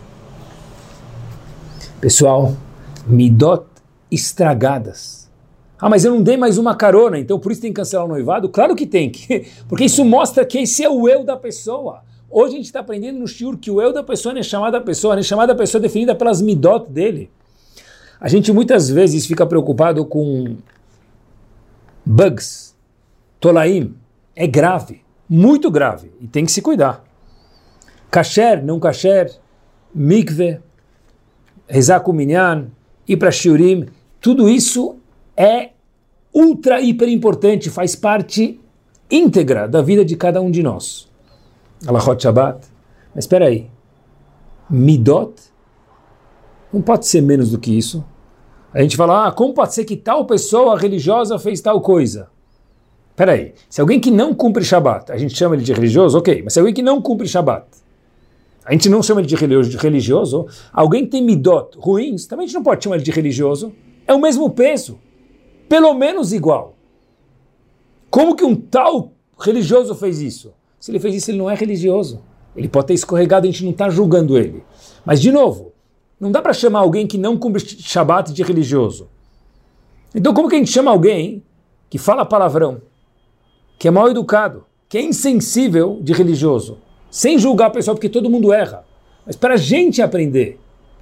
Pessoal, midot estragadas. Ah, mas eu não dei mais uma carona, então por isso tem que cancelar o noivado? Claro que tem, porque isso mostra que esse é o eu da pessoa. Hoje a gente está aprendendo no shiur que o eu da pessoa não é chamado da pessoa, não é chamada da pessoa definida pelas midot dele. A gente muitas vezes fica preocupado com bugs, tolaim, é grave, muito grave, e tem que se cuidar. Kasher, não kasher, mikveh, rezar com minyan, ir para shiurim, tudo isso é ultra, hiper importante, faz parte íntegra da vida de cada um de nós. Alachot Shabbat. Mas espera aí. Midot não pode ser menos do que isso. A gente fala, ah, como pode ser que tal pessoa religiosa fez tal coisa? Espera aí. Se alguém que não cumpre Shabbat, a gente chama ele de religioso, ok. Mas se alguém que não cumpre Shabbat, a gente não chama ele de religioso, alguém que tem midot ruins, também a gente não pode chamar ele de religioso. É o mesmo peso. Pelo menos igual. Como que um tal religioso fez isso? Se ele fez isso, ele não é religioso. Ele pode ter escorregado, a gente não está julgando ele. Mas, de novo, não dá para chamar alguém que não cumpre Shabbat de religioso. Então, como que a gente chama alguém que fala palavrão, que é mal educado, que é insensível de religioso? Sem julgar a pessoa, porque todo mundo erra. Mas para a gente aprender.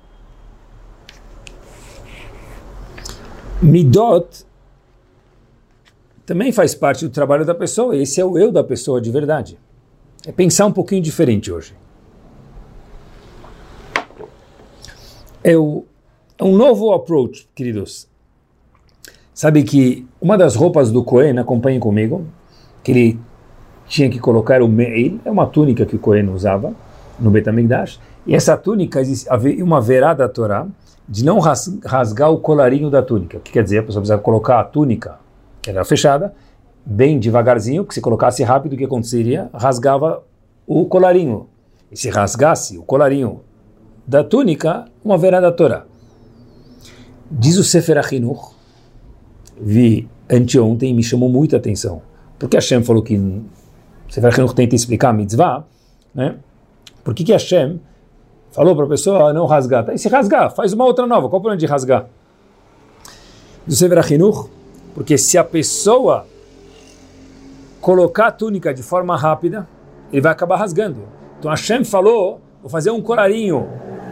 Midot também faz parte do trabalho da pessoa. Esse é o eu da pessoa de verdade. É pensar um pouquinho diferente hoje. É, o, é um novo approach, queridos. Sabe que uma das roupas do Cohen, acompanhem comigo, que ele tinha que colocar o meil, é uma túnica que o Cohen usava no Beit HaMikdash, e essa túnica, havia uma verá da Torá de não rasgar o colarinho da túnica. O que quer dizer? A pessoa precisava colocar a túnica, que era fechada, bem devagarzinho, que se colocasse rápido, o que aconteceria? Rasgava o colarinho. E se rasgasse o colarinho da túnica, uma verá da Torá. Diz o Sefer HaChinuch, vi anteontem e me chamou muita atenção, porque Hashem falou que o Sefer HaChinuch tenta explicar a mitzvah, né? Por que que Hashem falou para a pessoa não rasgar? E se rasgar, faz uma outra nova, qual o problema de rasgar? Do Sefer HaChinuch, porque se a pessoa colocar a túnica de forma rápida, ele vai acabar rasgando. Então Hashem falou, vou fazer um colarinho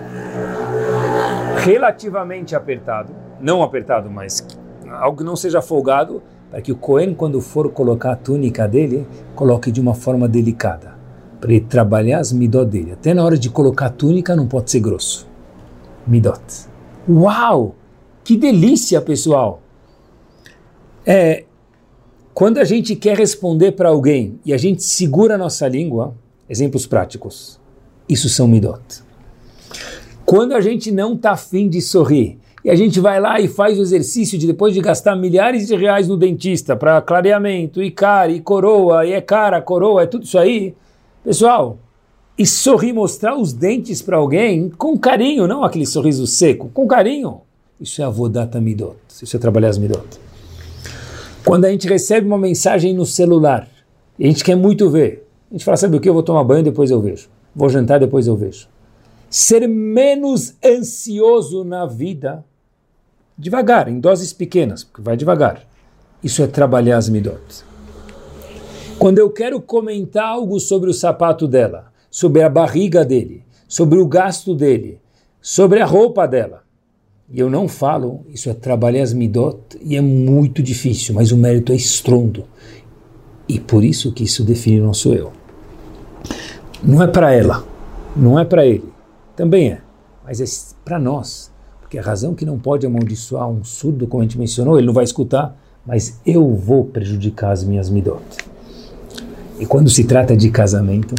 relativamente apertado, não apertado, mas algo que não seja folgado, para que o Cohen, quando for colocar a túnica dele, coloque de uma forma delicada, para ele trabalhar as midot dele. Até na hora de colocar a túnica não pode ser grosso. Midot. Uau! Que delícia, pessoal! É, quando a gente quer responder para alguém e a gente segura a nossa língua, exemplos práticos, isso são midot. Quando a gente não está afim de sorrir, e a gente vai lá e faz o exercício de, depois de gastar milhares de reais no dentista para clareamento, e cara, e coroa, e é cara, coroa, é tudo isso aí. Pessoal, e sorrir, mostrar os dentes para alguém com carinho, não aquele sorriso seco, com carinho. Isso é avodat midot, isso é trabalhar as midot. Quando a gente recebe uma mensagem no celular, e a gente quer muito ver, a gente fala, sabe o que, eu vou tomar banho, depois eu vejo. Vou jantar, depois eu vejo. Ser menos ansioso na vida, devagar, em doses pequenas, porque vai devagar. Isso é trabalhar as midot. Quando eu quero comentar algo sobre o sapato dela, sobre a barriga dele, sobre o gasto dele, sobre a roupa dela, e eu não falo, isso é trabalhar as midot, e é muito difícil, mas o mérito é estrondo. E por isso que isso define o nosso eu. Não é para ela, não é para ele, também é, mas é para nós. Porque a razão que não pode amaldiçoar um surdo, como a gente mencionou, ele não vai escutar, mas eu vou prejudicar as minhas midot. E quando se trata de casamento,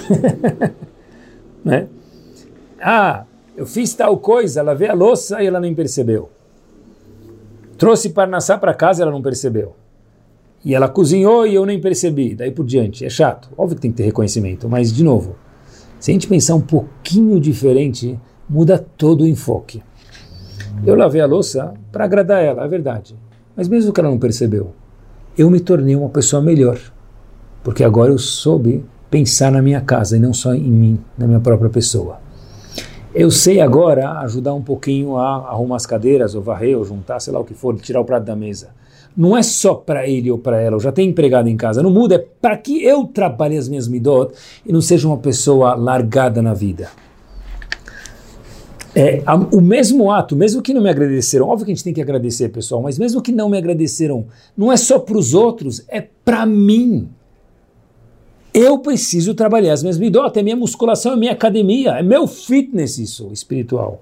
né? Ah, eu fiz tal coisa, lavei a louça e ela nem percebeu. Trouxe parnassá para casa e ela não percebeu. E ela cozinhou e eu nem percebi, daí por diante. É chato, óbvio que tem que ter reconhecimento, mas de novo, se a gente pensar um pouquinho diferente, muda todo o enfoque. Eu lavei a louça para agradar ela, é verdade. Mas mesmo que ela não percebeu, eu me tornei uma pessoa melhor. Porque agora eu soube pensar na minha casa e não só em mim, na minha própria pessoa. Eu sei agora ajudar um pouquinho a arrumar as cadeiras, ou varrer, ou juntar, sei lá o que for, tirar o prato da mesa. Não é só para ele ou para ela, eu já tenho empregado em casa, não muda, é para que eu trabalhe as minhas midot e não seja uma pessoa largada na vida. É, o mesmo ato, mesmo que não me agradeceram, óbvio que a gente tem que agradecer, pessoal, mas mesmo que não me agradeceram, não é só para os outros, é para mim. Eu preciso trabalhar as minhas midot, é minha musculação, é minha academia, é meu fitness isso, espiritual.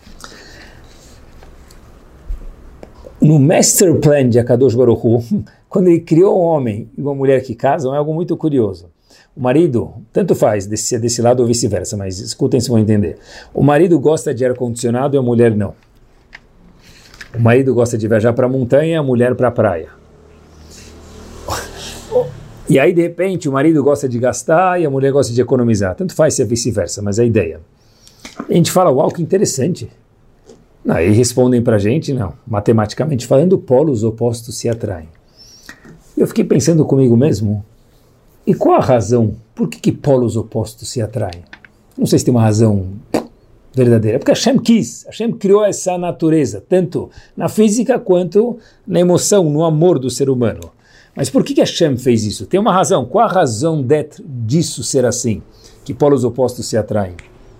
No Master Plan de Akadosh Baruch Hu, quando ele criou um homem e uma mulher que casam, é algo muito curioso. O marido, tanto faz desse, desse lado ou vice-versa, mas escutem se vão entender. O marido gosta de ar-condicionado e a mulher não. O marido gosta de viajar para a montanha e a mulher para a praia. E aí, de repente, o marido gosta de gastar e a mulher gosta de economizar. Tanto faz se é vice-versa, mas é a ideia. E a gente fala, uau, que interessante. Aí respondem para a gente, não. Matematicamente falando, polos opostos se atraem. Eu fiquei pensando comigo mesmo, e qual a razão? Por que, que polos opostos se atraem? Não sei se tem uma razão verdadeira. Porque Hashem quis, Hashem criou essa natureza, tanto na física quanto na emoção, no amor do ser humano. Mas por que, que Hashem fez isso? Tem uma razão. Qual a razão de, disso ser assim? Que polos opostos se atraem?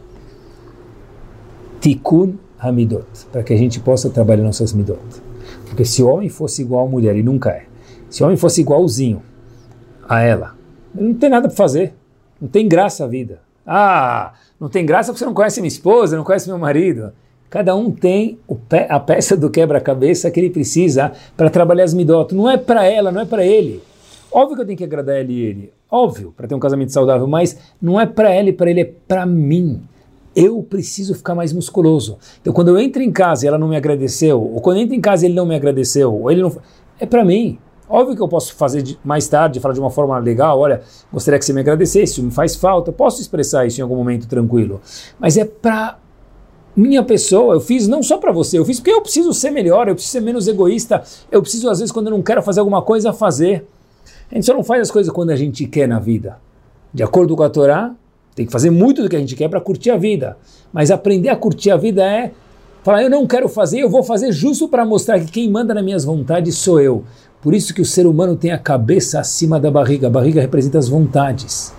Tikkun Hamidot, para que a gente possa trabalhar nossas midot. Porque se o homem fosse igual à mulher, e nunca é, se o homem fosse igualzinho a ela, não tem nada para fazer, não tem graça a vida. Ah, não tem graça porque você não conhece minha esposa, não conhece meu marido. Cada um tem o pé, a peça do quebra-cabeça que ele precisa para trabalhar as midot. Não é para ela, não é para ele. Óbvio que eu tenho que agradar ele e ele, óbvio, para ter um casamento saudável, mas não é para ela e para ele, é para mim. Eu preciso ficar mais musculoso. Então, quando eu entro em casa e ela não me agradeceu, ou quando eu entro em casa e ele não me agradeceu, ou ele não, é para mim. Óbvio que eu posso fazer de, mais tarde, falar de uma forma legal, olha, gostaria que você me agradecesse, me faz falta, eu posso expressar isso em algum momento tranquilo. Mas é para minha pessoa, eu fiz não só para você, eu fiz porque eu preciso ser melhor, eu preciso ser menos egoísta, eu preciso às vezes quando eu não quero fazer alguma coisa, fazer. A gente só não faz as coisas quando a gente quer na vida. De acordo com a Torá, tem que fazer muito do que a gente quer para curtir a vida. Mas aprender a curtir a vida é falar, eu não quero fazer, eu vou fazer justo para mostrar que quem manda nas minhas vontades sou eu. Por isso que o ser humano tem a cabeça acima da barriga. A barriga representa as vontades.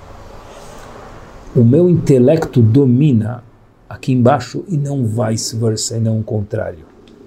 O meu intelecto domina aqui embaixo e não vice-versa, e não o contrário.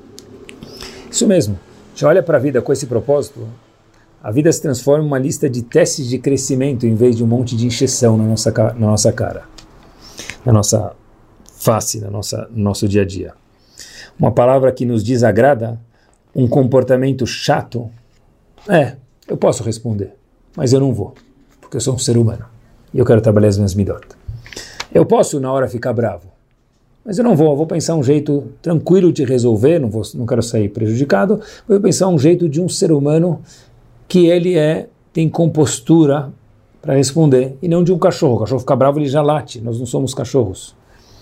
Isso mesmo. A gente olha para a vida com esse propósito, a vida se transforma em uma lista de testes de crescimento em vez de um monte de encheção na nossa, na nossa cara, na nossa face, na nossa, no nosso dia a dia. Uma palavra que nos desagrada, um comportamento chato, é, eu posso responder, mas eu não vou, porque eu sou um ser humano e eu quero trabalhar as minhas midot. Eu posso na hora ficar bravo, mas eu não vou, eu vou pensar um jeito tranquilo de resolver, não, vou, não quero sair prejudicado, vou pensar um jeito de um ser humano que ele é, tem compostura para responder, e não de um cachorro. O cachorro fica bravo, ele já late, nós não somos cachorros.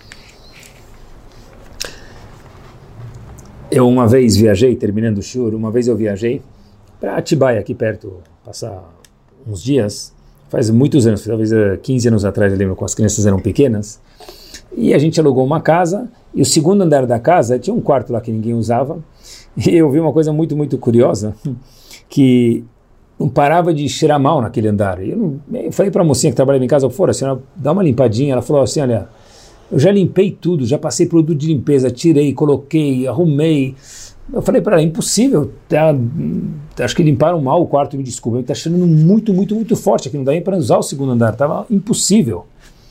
Eu uma vez viajei, terminando o shiur, uma vez eu viajei para Atibaia, aqui perto, passar uns dias, faz muitos anos, talvez quinze anos atrás, eu lembro, quando as crianças eram pequenas, e a gente alugou uma casa, e o segundo andar da casa tinha um quarto lá que ninguém usava, e eu vi uma coisa muito, muito curiosa, que não parava de cheirar mal naquele andar. Eu, não, eu falei para a mocinha que trabalhava em casa, fora, a senhora dá uma limpadinha. Ela falou assim, olha, eu já limpei tudo, já passei produto de limpeza, tirei, coloquei, arrumei. Eu falei para ela, impossível, tá, acho que limparam mal o quarto, me desculpa, está cheirando muito, muito, muito forte aqui, não dá nem para usar o segundo andar, estava impossível.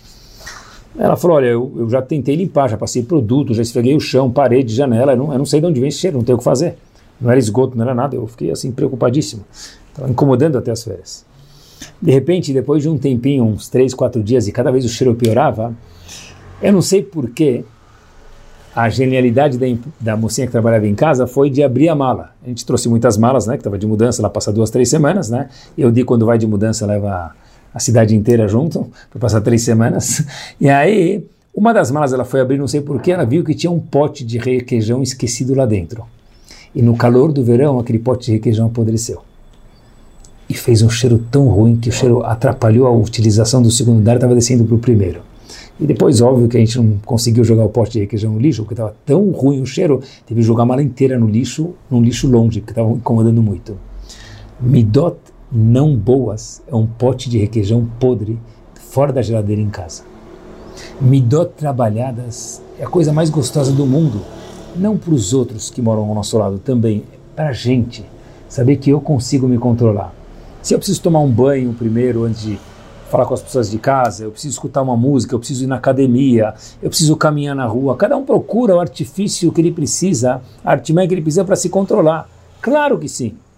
Ela falou, olha, eu, eu já tentei limpar, já passei produto, já esfreguei o chão, parede, janela, eu não, eu não sei de onde vem esse cheiro, não tenho o que fazer. Não era esgoto, não era nada, eu fiquei assim preocupadíssimo. Estava incomodando até as férias. De repente, depois de um tempinho, uns três, quatro dias, e cada vez o cheiro piorava, eu não sei porquê, a genialidade da, da mocinha que trabalhava em casa foi de abrir a mala. A gente trouxe muitas malas, né, que estava de mudança, ela passa duas, três semanas, né, e eu digo quando vai de mudança, leva a, a cidade inteira junto, para passar três semanas, e aí, uma das malas ela foi abrir, não sei porquê, ela viu que tinha um pote de requeijão esquecido lá dentro. E no calor do verão, aquele pote de requeijão apodreceu. E fez um cheiro tão ruim que o cheiro atrapalhou a utilização do segundo andar e estava descendo para o primeiro. E depois, óbvio que a gente não conseguiu jogar o pote de requeijão no lixo, porque estava tão ruim o cheiro, teve que jogar a mala inteira no lixo, num lixo longe, porque estava incomodando muito. Midot não boas é um pote de requeijão podre fora da geladeira em casa. Midot trabalhadas é a coisa mais gostosa do mundo. Não para os outros que moram ao nosso lado, também para a gente. Saber que eu consigo me controlar. Se eu preciso tomar um banho primeiro antes de falar com as pessoas de casa, eu preciso escutar uma música, eu preciso ir na academia, eu preciso caminhar na rua. Cada um procura o artifício que ele precisa, a artimanha que ele precisa para se controlar. Claro que sim.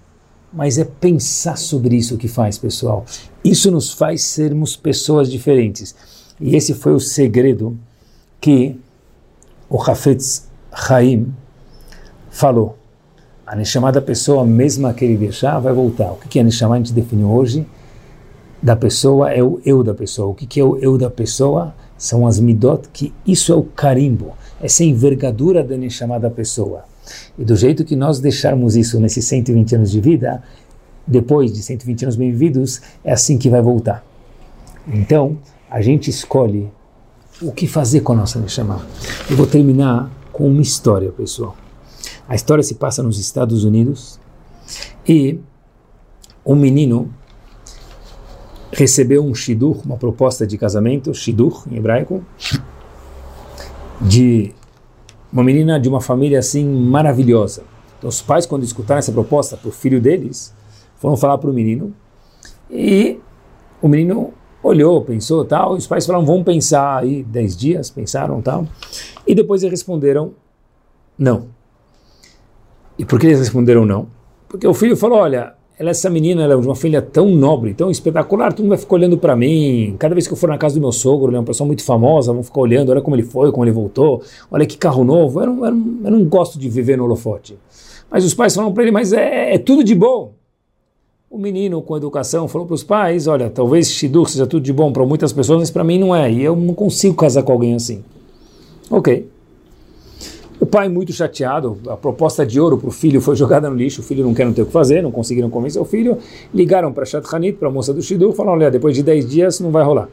mas é pensar sobre isso que faz, pessoal. Isso nos faz sermos pessoas diferentes. E esse foi o segredo que o Hafetz Haim falou. A Neshama da pessoa, mesmo que ele deixar, vai voltar. O que é a Neshama? A gente definiu hoje. Da pessoa é o eu da pessoa. O que é o eu da pessoa? São as midot, que isso é o carimbo. Essa envergadura da Neshama da pessoa. E do jeito que nós deixarmos isso nesses cento e vinte anos de vida, depois de cento e vinte anos bem vividos, é assim que vai voltar. Então, a gente escolhe o que fazer com a nossa Neshama. Eu vou terminar com uma história, pessoal. A história se passa nos Estados Unidos e um menino recebeu um shidur, uma proposta de casamento, shidur em hebraico, de uma menina de uma família assim maravilhosa. Então os pais, quando escutaram essa proposta para o filho deles, foram falar para o menino e o menino olhou, pensou tal, e os pais falaram, vamos pensar aí dez dias, pensaram tal, e depois eles responderam não. E por que eles responderam não? Porque o filho falou, olha, ela, essa menina ela é de uma família tão nobre, tão espetacular, todo mundo vai ficar olhando para mim, cada vez que eu for na casa do meu sogro, ele é uma pessoa muito famosa, vão ficar olhando, olha como ele foi, como ele voltou, olha que carro novo, eu não, eu não, eu não gosto de viver no holofote. Mas os pais falaram para ele, mas é, é tudo de bom. O menino com educação falou para os pais, olha, talvez shidur seja tudo de bom para muitas pessoas, mas para mim não é, e eu não consigo casar com alguém assim. Ok. O pai muito chateado, a proposta de ouro para o filho foi jogada no lixo, o filho não quer não ter o que fazer, não conseguiram convencer o filho, ligaram para a Shadchanit, para a moça do shidur, falaram, olha, depois de dez dias não vai rolar.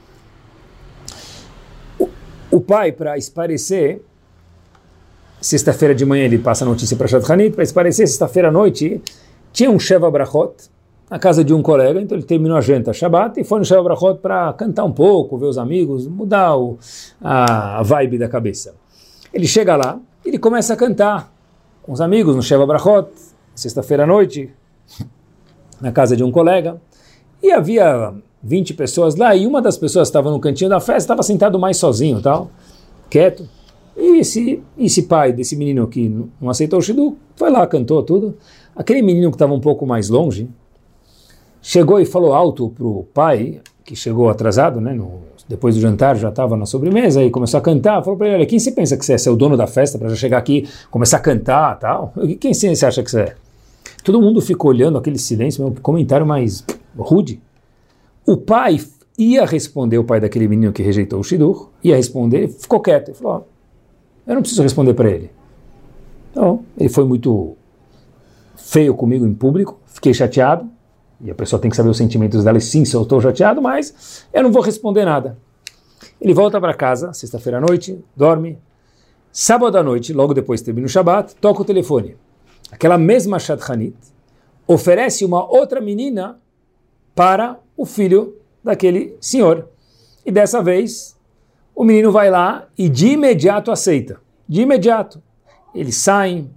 O, o pai, para esparecer, sexta-feira de manhã ele passa a notícia para a Shadchanit, para esparecer, sexta-feira à noite, tinha um Sheva Brachot na casa de um colega, então ele terminou a janta Shabbat e foi no Sheva Brachot para cantar um pouco, ver os amigos, mudar o, a, a vibe da cabeça. Ele chega lá, ele começa a cantar com os amigos no Sheva Brachot, sexta-feira à noite, na casa de um colega, e havia vinte pessoas lá, e uma das pessoas que estava no cantinho da festa estava sentado mais sozinho, tal, quieto, e esse, esse pai desse menino que não aceitou o shidur, foi lá, cantou tudo. Aquele menino que estava um pouco mais longe, chegou e falou alto para o pai, que chegou atrasado, né, no, depois do jantar, já estava na sobremesa, e começou a cantar, falou para ele, olha, quem você pensa que você é? Você é o dono da festa, para já chegar aqui, começar a cantar, tal? Quem você acha que você é? Todo mundo ficou olhando aquele silêncio, um comentário mais rude. O pai ia responder, o pai daquele menino que rejeitou o shidur, ia responder, ficou quieto, ele falou, eu não preciso responder para ele. Então, ele foi muito feio comigo em público, fiquei chateado, e a pessoa tem que saber os sentimentos dela, e sim, se eu estou chateado, mas eu não vou responder nada. Ele volta para casa, sexta-feira à noite, dorme. Sábado à noite, logo depois termina o Shabbat, toca o telefone. Aquela mesma Shadchanit oferece uma outra menina para o filho daquele senhor. E dessa vez, o menino vai lá e de imediato aceita. De imediato. Eles saem,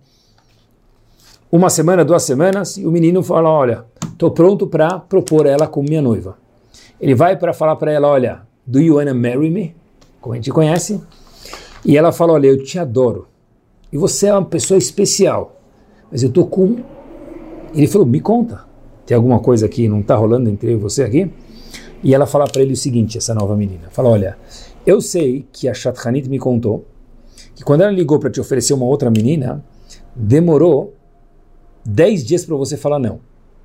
uma semana, duas semanas, e o menino fala, olha, estou pronto para propor ela como minha noiva. Ele vai para falar para ela, olha, do you wanna marry me? Como a gente conhece. E ela fala, olha, eu te adoro. E você é uma pessoa especial. Mas eu estou com... Ele falou, me conta. Tem alguma coisa que não está rolando entre eu e você aqui? E ela fala para ele o seguinte, essa nova menina. Fala, olha, eu sei que a Shadchanit me contou que quando ela ligou para te oferecer uma outra menina, demorou dez dias para você falar não.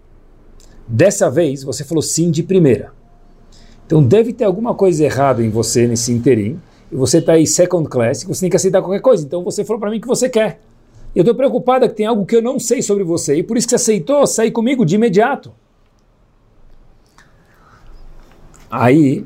Dessa vez, você falou sim de primeira. Então deve ter alguma coisa errada em você nesse interim, e você está aí second class, e você tem que aceitar qualquer coisa. Então você falou para mim que você quer. Eu estou preocupada que tem algo que eu não sei sobre você, e por isso que você aceitou sair comigo de imediato. Aí,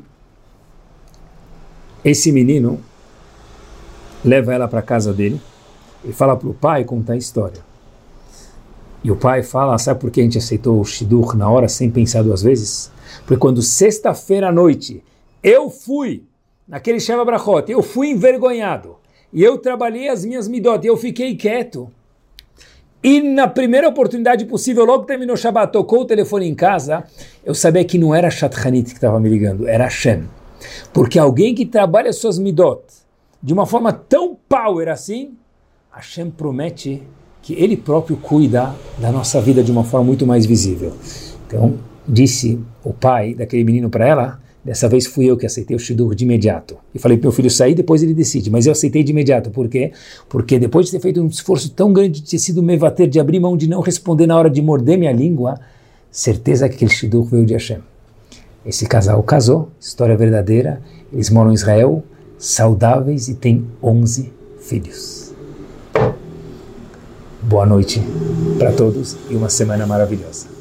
esse menino leva ela para a casa dele, e fala para o pai contar a história. E o pai fala, sabe por que a gente aceitou o shidur na hora, sem pensar duas vezes? Porque quando sexta-feira à noite, eu fui, naquele Sheva Brachot, eu fui envergonhado, e eu trabalhei as minhas midot, e eu fiquei quieto. E na primeira oportunidade possível, logo que terminou o Shabbat, tocou o telefone em casa, eu sabia que não era a Shadchanit que estava me ligando, era Hashem. Porque alguém que trabalha suas midot de uma forma tão power assim, Hashem promete que Ele próprio cuida da nossa vida de uma forma muito mais visível. Então, disse o pai daquele menino para ela, dessa vez fui eu que aceitei o shidur de imediato. E falei para meu filho sair, depois ele decide, mas eu aceitei de imediato. Por quê? Porque depois de ter feito um esforço tão grande de ter sido mevater, de abrir mão, de não responder na hora de morder minha língua, certeza que aquele shidur veio de Hashem. Esse casal casou, história verdadeira, eles moram em Israel, saudáveis e têm onze filhos. Boa noite para todos e uma semana maravilhosa.